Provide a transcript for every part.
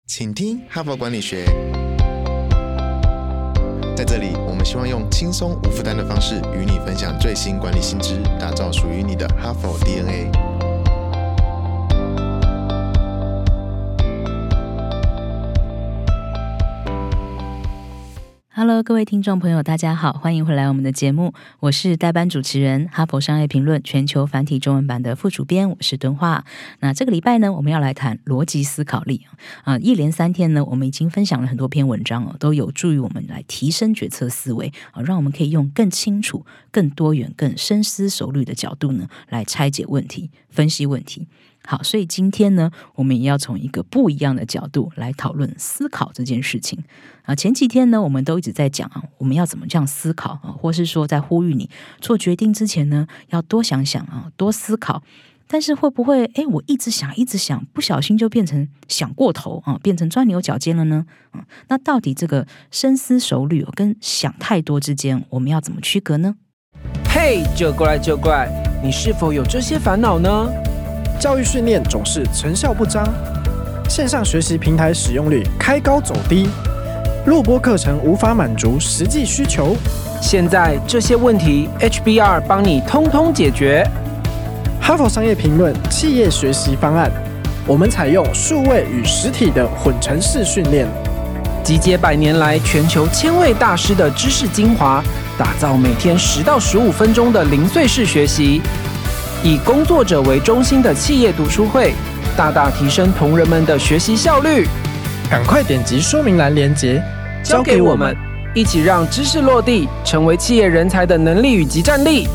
请听哈佛管理学。在这里，我们希望用轻松无负担的方式与你分享最新管理新知，打造属于你的哈佛 DNA。 Hello， 各位听众朋友，大家好，欢迎回来我们的节目，我是代班主持人，哈佛商业评论全球繁体中文版的副主编，我是敦化。那这个礼拜呢，我们要来谈逻辑思考力一连3天呢，我们已经分享了很多篇文章都有助于我们来提升决策思维让我们可以用更清楚、更多元、更深思熟虑的角度呢，来拆解问题、分析问题。好，所以今天呢，我们也要从一个不一样的角度来讨论思考这件事情前几天呢，我们都一直在讲我们要怎么这样思考或是说在呼吁你做决定之前呢，要多想想多思考。但是会不会我一直想，不小心就变成想过头变成钻牛角尖了呢那到底这个深思熟虑跟想太多之间，我们要怎么区隔呢？ 嘿，就过来，你是否有这些烦恼呢？ 教育训练总是成效不彰，线上学习平台使用率开高走低，录播课程无法满足实际需求。 现在这些问题 HBR 帮你通通解决。 哈佛商业评论企业学习方案，我们采用数位与实体的混成式训练， 集结100年来全球1000位大师的知识精华，打造每天10到15分钟的零碎式学习。以工作者为中心的企业读书会，大大提升同仁们的学习效率。 赶快点击说明栏连结， 交给我们，一起让知识落地，成为企业人才的能力与即战力。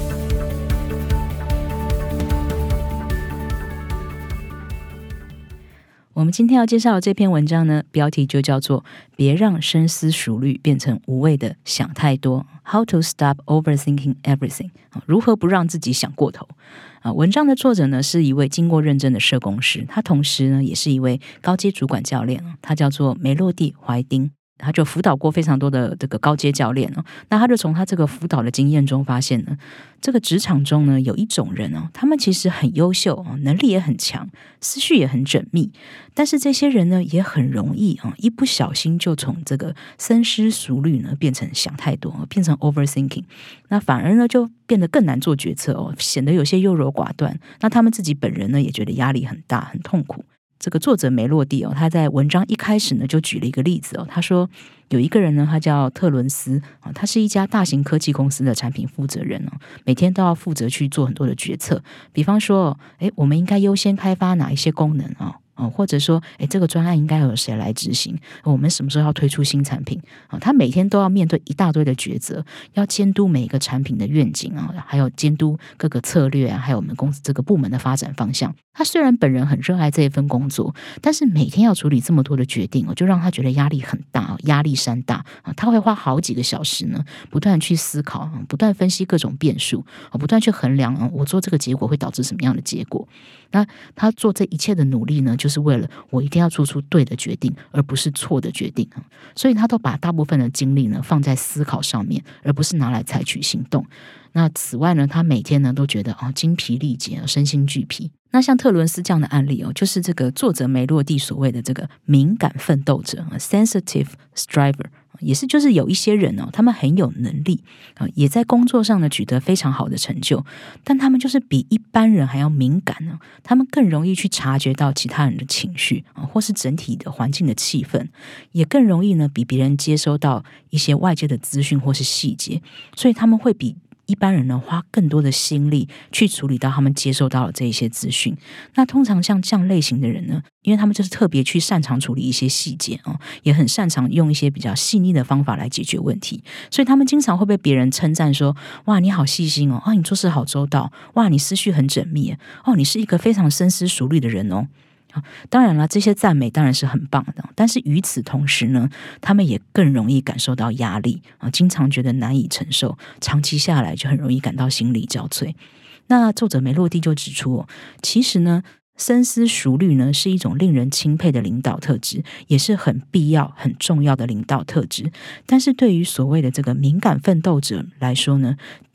我们今天要介绍的这篇文章呢，标题就叫做别让深思熟虑变成无谓的想太多， How to stop overthinking everything， 如何不让自己想过头文章的作者呢，是一位经过认证的社工师，他同时呢也是一位高阶主管教练他叫做梅洛蒂怀丁，他就辅导过非常多的这个高阶教练那他就从他这个辅导的经验中发现呢，这个职场中呢有一种人他们其实很优秀能力也很强，思绪也很缜密，但是这些人呢也很容易一不小心就从这个深思熟虑呢变成想太多，变成 overthinking， 那反而呢就变得更难做决策显得有些优柔寡断，那他们自己本人呢也觉得压力很大，很痛苦。这个作者梅洛蒂他在文章一开始呢就举了一个例子他说有一个人呢，他叫特伦斯他是一家大型科技公司的产品负责人每天都要负责去做很多的决策，比方说我们应该优先开发哪一些功能或者说这个专案应该由谁来执行，我们什么时候要推出新产品他每天都要面对一大堆的抉择，要监督每一个产品的愿景还有监督各个策略还有我们公司这个部门的发展方向。他虽然本人很热爱这一份工作，但是每天要处理这么多的决定就让他觉得压力很大，压力山大他会花好几个小时呢，不断去思考，不断分析各种变数，不断去衡量我做这个结果会导致什么样的结果。那他做这一切的努力呢，就是为了我一定要做出对的决定，而不是错的决定所以他都把大部分的精力呢放在思考上面，而不是拿来采取行动。那此外呢，他每天呢都觉得精疲力竭，身心俱疲。那像特伦斯这样的案例就是这个作者梅洛蒂所谓的这个敏感奋斗者 sensitive striver， 也是就是有一些人他们很有能力也在工作上呢取得非常好的成就，但他们就是比一般人还要敏感他们更容易去察觉到其他人的情绪或是整体的环境的气氛，也更容易呢比别人接收到一些外界的资讯或是细节，所以他们会比一般人呢花更多的心力去处理到他们接受到的这一些资讯。那通常像这样类型的人呢，因为他们就是特别去擅长处理一些细节也很擅长用一些比较细腻的方法来解决问题，所以他们经常会被别人称赞说，哇你好细心你做事好周到，哇你思绪很缜密你是一个非常深思熟虑的人当然了，这些赞美当然是很棒的，但是与此同时呢，他们也更容易感受到压力经常觉得难以承受，长期下来就很容易感到心力交瘁。那作者梅洛蒂就指出其实呢深思熟虑呢是一种令人钦佩的领导特质，也是很必要很重要的领导特质，但是对于所谓的这个敏感奋斗者来说呢，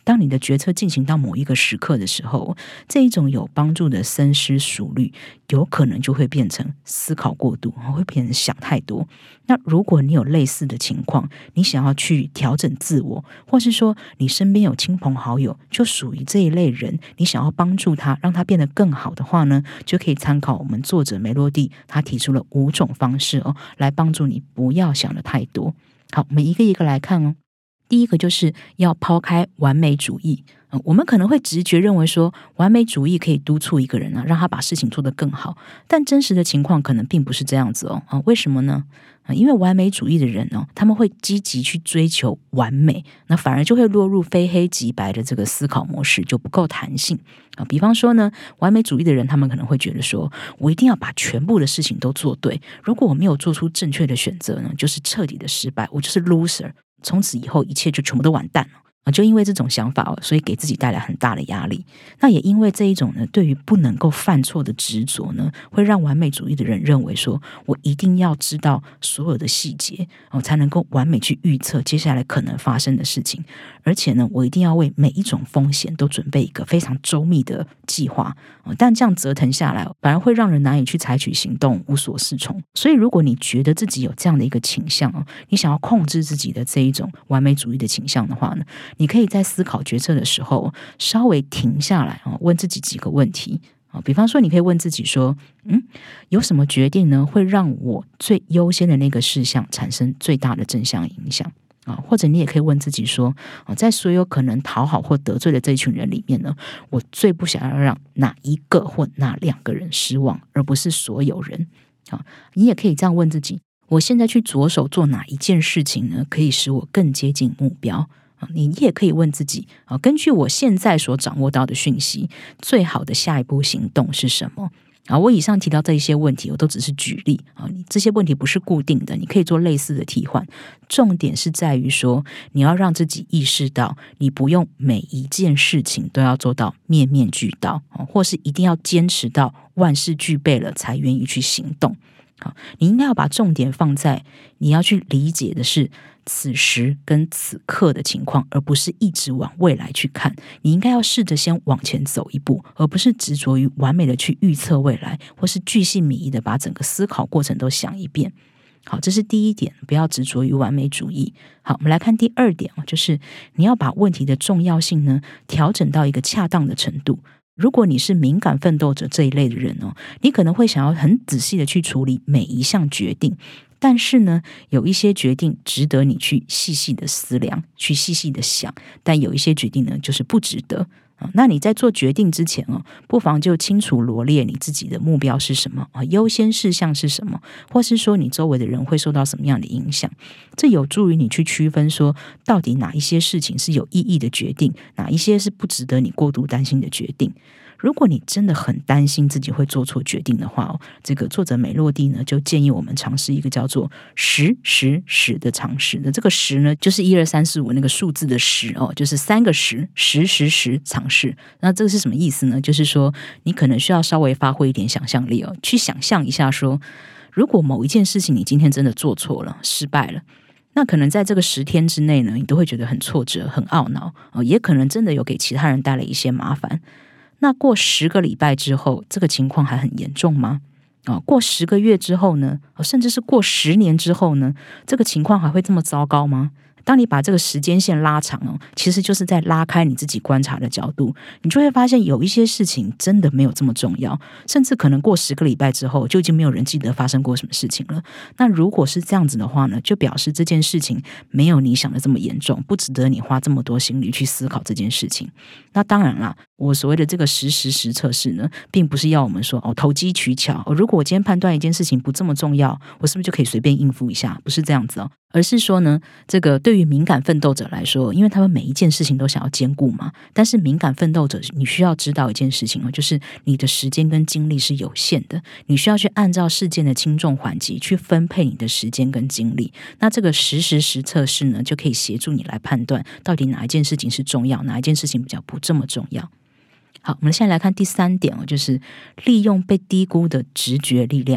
当你的决策进行到某一个时刻的时候，这一种有帮助的深思熟虑有可能就会变成思考过度，会变成想太多。那如果你有类似的情况，你想要去调整自我，或是说你身边有亲朋好友就属于这一类人，你想要帮助他让他变得更好的话呢，就可以参考我们作者梅洛蒂他提出了5种方式来帮助你不要想的太多。好，我们一个一个来看第一个就是要抛开完美主义。我们可能会直觉认为说完美主义可以督促一个人让他把事情做得更好，但真实的情况可能并不是这样子为什么呢？因为完美主义的人他们会积极去追求完美，那反而就会落入非黑即白的这个思考模式，就不够弹性比方说呢，完美主义的人他们可能会觉得说，我一定要把全部的事情都做对，如果我没有做出正确的选择呢，就是彻底的失败，我就是 loser， 从此以后一切就全部都完蛋了。就因为这种想法所以给自己带来很大的压力。那也因为这一种呢，对于不能够犯错的执着呢，会让完美主义的人认为说，我一定要知道所有的细节才能够完美去预测接下来可能发生的事情，而且呢，我一定要为每一种风险都准备一个非常周密的计划但这样折腾下来反而会让人难以去采取行动，无所适从。所以如果你觉得自己有这样的一个倾向你想要控制自己的这一种完美主义的倾向的话呢，你可以在思考决策的时候稍微停下来问自己几个问题比方说你可以问自己说有什么决定呢会让我最优先的那个事项产生最大的正向影响或者你也可以问自己说在所有可能讨好或得罪的这一群人里面呢，我最不想要让哪一个或哪2个人失望，而不是所有人你也可以这样问自己，我现在去着手做哪一件事情呢可以使我更接近目标。你也可以问自己根据我现在所掌握到的讯息，最好的下一步行动是什么我以上提到这一些问题我都只是举例这些问题不是固定的，你可以做类似的替换。重点是在于说，你要让自己意识到你不用每一件事情都要做到面面俱到或是一定要坚持到万事俱备了才愿意去行动你应该要把重点放在你要去理解的是此时跟此刻的情况，而不是一直往未来去看。你应该要试着先往前走一步，而不是执着于完美的去预测未来，或是巨细靡遗的把整个思考过程都想一遍。好，这是第一点，不要执着于完美主义。好，我们来看第2点就是你要把问题的重要性呢调整到一个恰当的程度。如果你是敏感奋斗者这一类的人你可能会想要很仔细的去处理每一项决定，但是呢，有一些决定值得你去细细的思量，去细细的想，但有一些决定呢，就是不值得。那你在做决定之前不妨就清楚罗列你自己的目标是什么优先事项是什么，或是说你周围的人会受到什么样的影响。这有助于你去区分说，到底哪一些事情是有意义的决定，哪一些是不值得你过度担心的决定。如果你真的很担心自己会做错决定的话这个作者梅洛蒂呢就建议我们尝试一个叫做10 10 10的尝试。那这个10呢就是1 2 3 4 5那个数字的10就是3个10 10 10 10尝试。那这个是什么意思呢？就是说你可能需要稍微发挥一点想象力去想象一下说，如果某一件事情你今天真的做错了，失败了，那可能在这个10天之内呢，你都会觉得很挫折，很懊恼也可能真的有给其他人带来一些麻烦。那过10个礼拜之后，这个情况还很严重吗？过10个月之后呢？甚至是过10年之后呢？这个情况还会这么糟糕吗？当你把这个时间线拉长其实就是在拉开你自己观察的角度，你就会发现有一些事情真的没有这么重要，甚至可能过10个礼拜之后就已经没有人记得发生过什么事情了。那如果是这样子的话呢，就表示这件事情没有你想的这么严重，不值得你花这么多心力去思考这件事情。那当然啦，我所谓的这个10 10 10测试呢，并不是要我们说投机取巧如果我今天判断一件事情不这么重要，我是不是就可以随便应付一下？不是这样子而是说呢，这个对于敏感奋斗者来说，因为他们每一件事情都想要兼顾嘛，但是敏感奋斗者你需要知道一件事情就是你的时间跟精力是有限的，你需要去按照事件的轻重缓急去分配你的时间跟精力。那这个10 10 10测试呢，就可以协助你来判断到底哪一件事情是重要，哪一件事情比较不这么重要。好，我们现在来看第3点就是利用被低估的直觉力量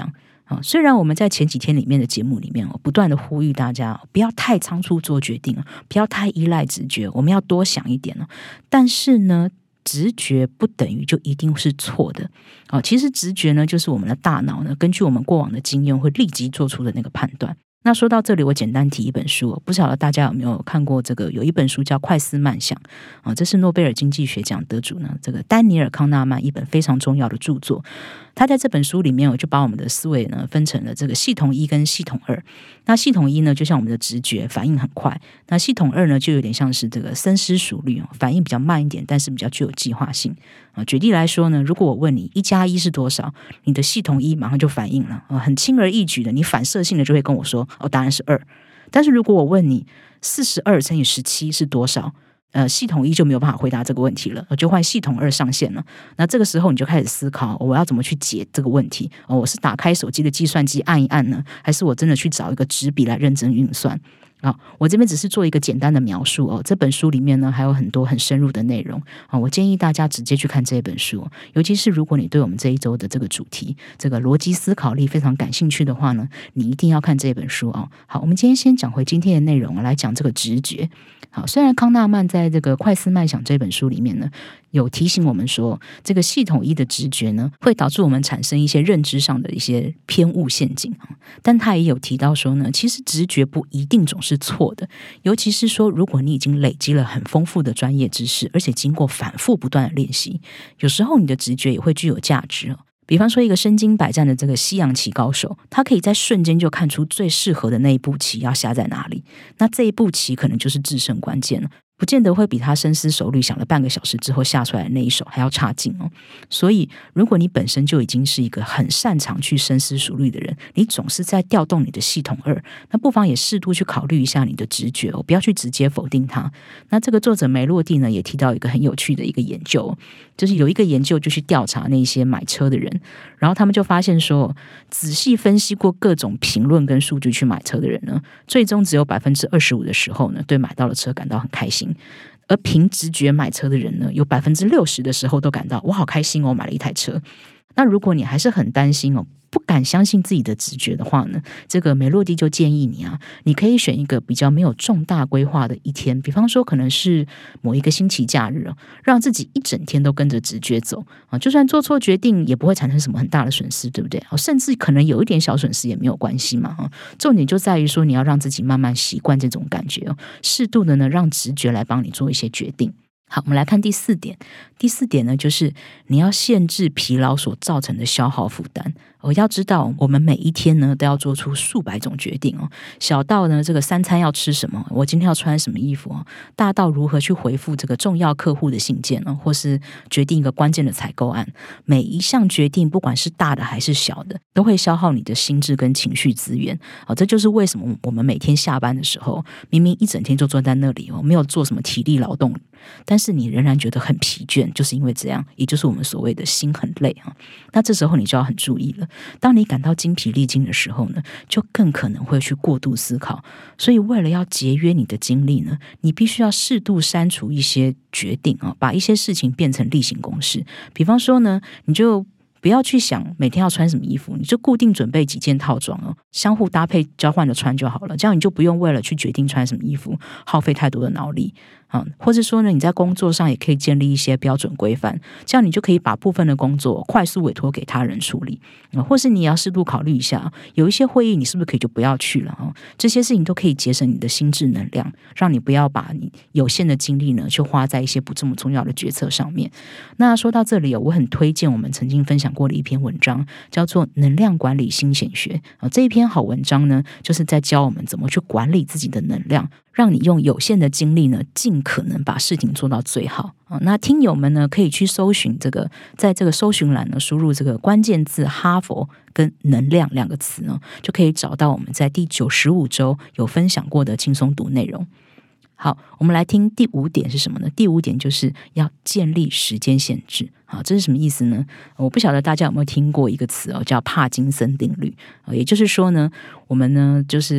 虽然我们在前几天里面的节目里面不断的呼吁大家不要太仓促做决定，不要太依赖直觉，我们要多想一点，但是呢直觉不等于就一定是错的。其实直觉呢就是我们的大脑呢根据我们过往的经验会立即做出的那个判断。那说到这里，我简单提一本书，不晓得大家有没有看过这个，有一本书叫《快思慢想》这是诺贝尔经济学奖得主呢，这个丹尼尔康纳曼一本非常重要的著作。他在这本书里面，我就把我们的思维呢分成了这个系统1跟系统2。那系统1呢，就像我们的直觉，反应很快；那系统2呢，就有点像是这个深思熟虑，反应比较慢一点，但是比较具有计划性。举例来说呢，如果我问你1+1是多少，你的系统1马上就反应了，很轻而易举的，你反射性的就会跟我说，答案是2。但是如果我问你42乘以17是多少，系统1就没有办法回答这个问题了，就换系统2上线了。那这个时候你就开始思考，我要怎么去解这个问题？我是打开手机的计算机按一按呢，还是我真的去找一个纸笔来认真运算？我这边只是做一个简单的描述这本书里面呢还有很多很深入的内容我建议大家直接去看这本书，尤其是如果你对我们这一周的这个主题，这个逻辑思考力非常感兴趣的话呢，你一定要看这本书好，我们今天先讲回今天的内容来讲这个直觉。好，虽然康纳曼在这个《快思慢想》这本书里面呢有提醒我们说，这个系统1的直觉呢会导致我们产生一些认知上的一些偏误陷阱，但他也有提到说呢，其实直觉不一定总是错的，尤其是说如果你已经累积了很丰富的专业知识，而且经过反复不断的练习，有时候你的直觉也会具有价值。比方说一个身经百战的这个西洋棋高手，他可以在瞬间就看出最适合的那一步棋要下在哪里，那这一步棋可能就是制胜关键了，不见得会比他深思熟虑想了半个小时之后下出来的那一手还要差劲所以如果你本身就已经是一个很擅长去深思熟虑的人，你总是在调动你的系统2，那不妨也适度去考虑一下你的直觉不要去直接否定它。那这个作者梅洛蒂呢也提到一个很有趣的一个研究，就是有一个研究就去调查那些买车的人，然后他们就发现说，仔细分析过各种评论跟数据去买车的人呢，最终只有 25% 的时候呢对买到的车感到很开心，而凭直觉买车的人呢，有 60% 的时候都感到我好开心买了一台车。那如果你还是很担心不敢相信自己的直觉的话呢，这个梅洛蒂就建议你你可以选一个比较没有重大规划的一天，比方说可能是某一个星期假日让自己一整天都跟着直觉走就算做错决定也不会产生什么很大的损失，对不对甚至可能有一点小损失也没有关系嘛重点就在于说你要让自己慢慢习惯这种感觉适度的呢让直觉来帮你做一些决定。好，我们来看第4点。第4点呢，就是你要限制疲劳所造成的消耗负担。要知道，我们每一天呢都要做出数百种决定小到呢这个3餐要吃什么，我今天要穿什么衣服大到如何去回复这个重要客户的信件或是决定一个关键的采购案。每一项决定，不管是大的还是小的，都会消耗你的心智跟情绪资源这就是为什么我们每天下班的时候，明明一整天就坐在那里没有做什么体力劳动，但是你仍然觉得很疲倦，就是因为这样，也就是我们所谓的心很累那这时候你就要很注意了，当你感到精疲力尽的时候呢，就更可能会去过度思考。所以为了要节约你的精力呢，你必须要适度删除一些决定把一些事情变成例行公事。比方说呢，你就不要去想每天要穿什么衣服，你就固定准备几件套装相互搭配交换着穿就好了，这样你就不用为了去决定穿什么衣服耗费太多的脑力或者说呢，你在工作上也可以建立一些标准规范，这样你就可以把部分的工作快速委托给他人处理或是你也要适度考虑一下，有一些会议你是不是可以就不要去了这些事情都可以节省你的心智能量，让你不要把你有限的精力呢就花在一些不这么重要的决策上面。那说到这里我很推荐我们曾经分享过的一篇文章，叫做《能量管理新显学》这一篇好文章呢，就是在教我们怎么去管理自己的能量，让你用有限的精力呢，尽可能把事情做到最好那听友们呢，可以去搜寻这个，在这个搜寻栏呢，输入这个关键字哈佛跟能量2个词呢，就可以找到我们在第95周有分享过的轻松读内容。好，我们来听第5点是什么呢？第5点就是要建立时间限制。好，这是什么意思呢？我不晓得大家有没有听过一个词叫帕金森定律也就是说呢，我们呢就是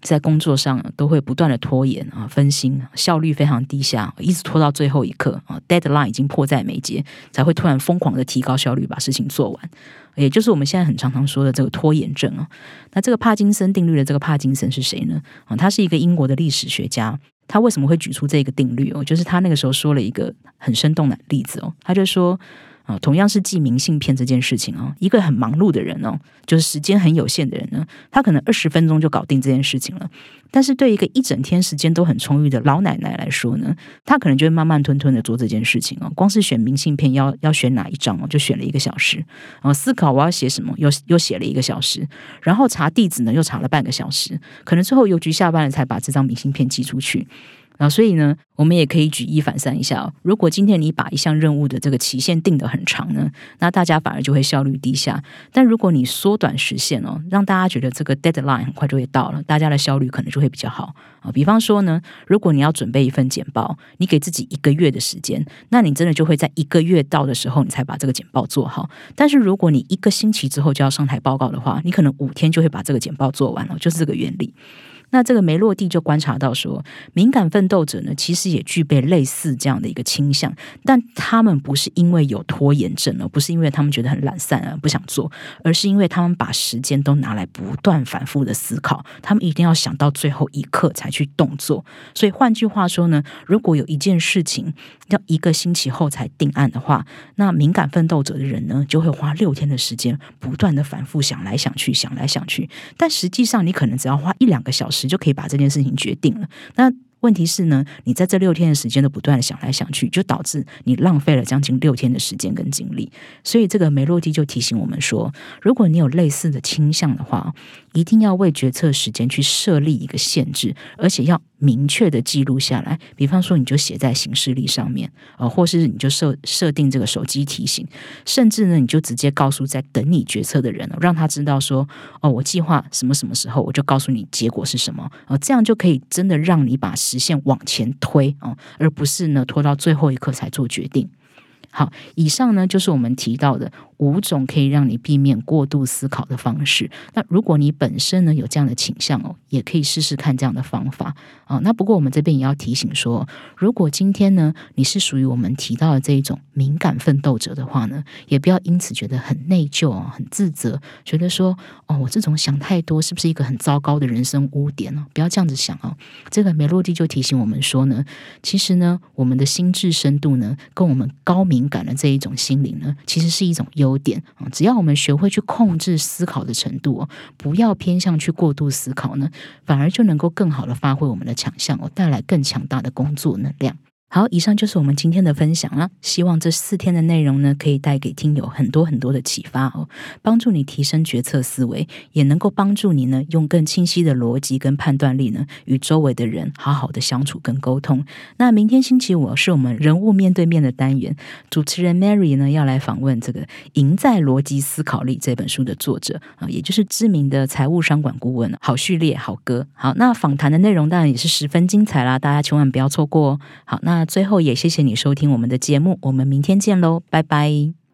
在工作上都会不断的拖延分心，效率非常低下，一直拖到最后一刻deadline 已经迫在眉睫，才会突然疯狂的提高效率把事情做完，也就是我们现在很常常说的这个拖延症那这个帕金森定律的这个帕金森是谁呢他是一个英国的历史学家。他为什么会举出这个定律就是他那个时候说了一个很生动的例子他就说同样是寄明信片这件事情一个很忙碌的人就是时间很有限的人呢，他可能20分钟就搞定这件事情了。但是对一个一整天时间都很充裕的老奶奶来说呢，她可能就会慢慢吞吞的做这件事情光是选明信片要选哪一张就选了1个小时，思考我要写什么又写了1个小时，然后查地址呢又查了半个小时，可能最后邮局下班了才把这张明信片寄出去。所以呢，我们也可以举一反三一下如果今天你把一项任务的这个期限定得很长呢，那大家反而就会效率低下。但如果你缩短时限让大家觉得这个 deadline 很快就会到了，大家的效率可能就会比较好比方说呢，如果你要准备一份简报，你给自己1个月的时间，那你真的就会在1个月到的时候你才把这个简报做好。但是如果你1个星期之后就要上台报告的话，你可能5天就会把这个简报做完了，就是这个原理。那这个梅洛蒂就观察到说，敏感奋斗者呢，其实也具备类似这样的一个倾向，但他们不是因为有拖延症不是因为他们觉得很懒散不想做，而是因为他们把时间都拿来不断反复的思考，他们一定要想到最后一刻才去动作。所以换句话说呢，如果有一件事情要1个星期后才定案的话，那敏感奋斗者的人呢，就会花6天的时间不断的反复想来想去想来想去，但实际上你可能只要花1-2个小时就可以把这件事情决定了。那问题是呢，你在这6天的时间都不断的想来想去，就导致你浪费了将近6天的时间跟精力。所以这个梅洛蒂就提醒我们说，如果你有类似的倾向的话，一定要为决策时间去设立一个限制，而且要明确的记录下来。比方说你就写在行事历上面或是你就设定这个手机提醒，甚至呢你就直接告诉在等你决策的人让他知道说我计划什么什么时候，我就告诉你结果是什么这样就可以真的让你把实现往前推而不是呢拖到最后一刻才做决定。好，以上呢就是我们提到的5种可以让你避免过度思考的方式。那如果你本身呢有这样的倾向也可以试试看这样的方法那不过我们这边也要提醒说，如果今天呢你是属于我们提到的这一种敏感奋斗者的话呢，也不要因此觉得很内疚很自责，觉得说我这种想太多是不是一个很糟糕的人生污点不要这样子想这个梅洛蒂就提醒我们说呢，其实呢我们的心智深度呢跟我们高敏感的这一种心灵呢，其实是一种优点只要我们学会去控制思考的程度不要偏向去过度思考呢，反而就能够更好的发挥我们的强项带来更强大的工作能量。好，以上就是我们今天的分享了。希望这4天的内容呢，可以带给听友很多很多的启发帮助你提升决策思维，也能够帮助你呢，用更清晰的逻辑跟判断力呢，与周围的人好好的相处跟沟通。那明天星期5是我们人物面对面的单元，主持人 Mary 呢要来访问这个《赢在逻辑思考力》这本书的作者也就是知名的财务商管顾问郝旭烈郝哥。好，那访谈的内容当然也是十分精彩啦，大家千万不要错过好，那最后也谢谢你收听我们的节目，我们明天见喽，拜拜。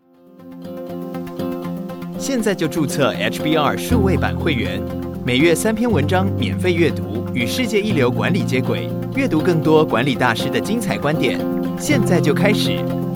现在就注册 HBR 数位版会员，每月3篇文章免费阅读，与世界一流管理接轨，阅读更多管理大师的精彩观点。现在就开始。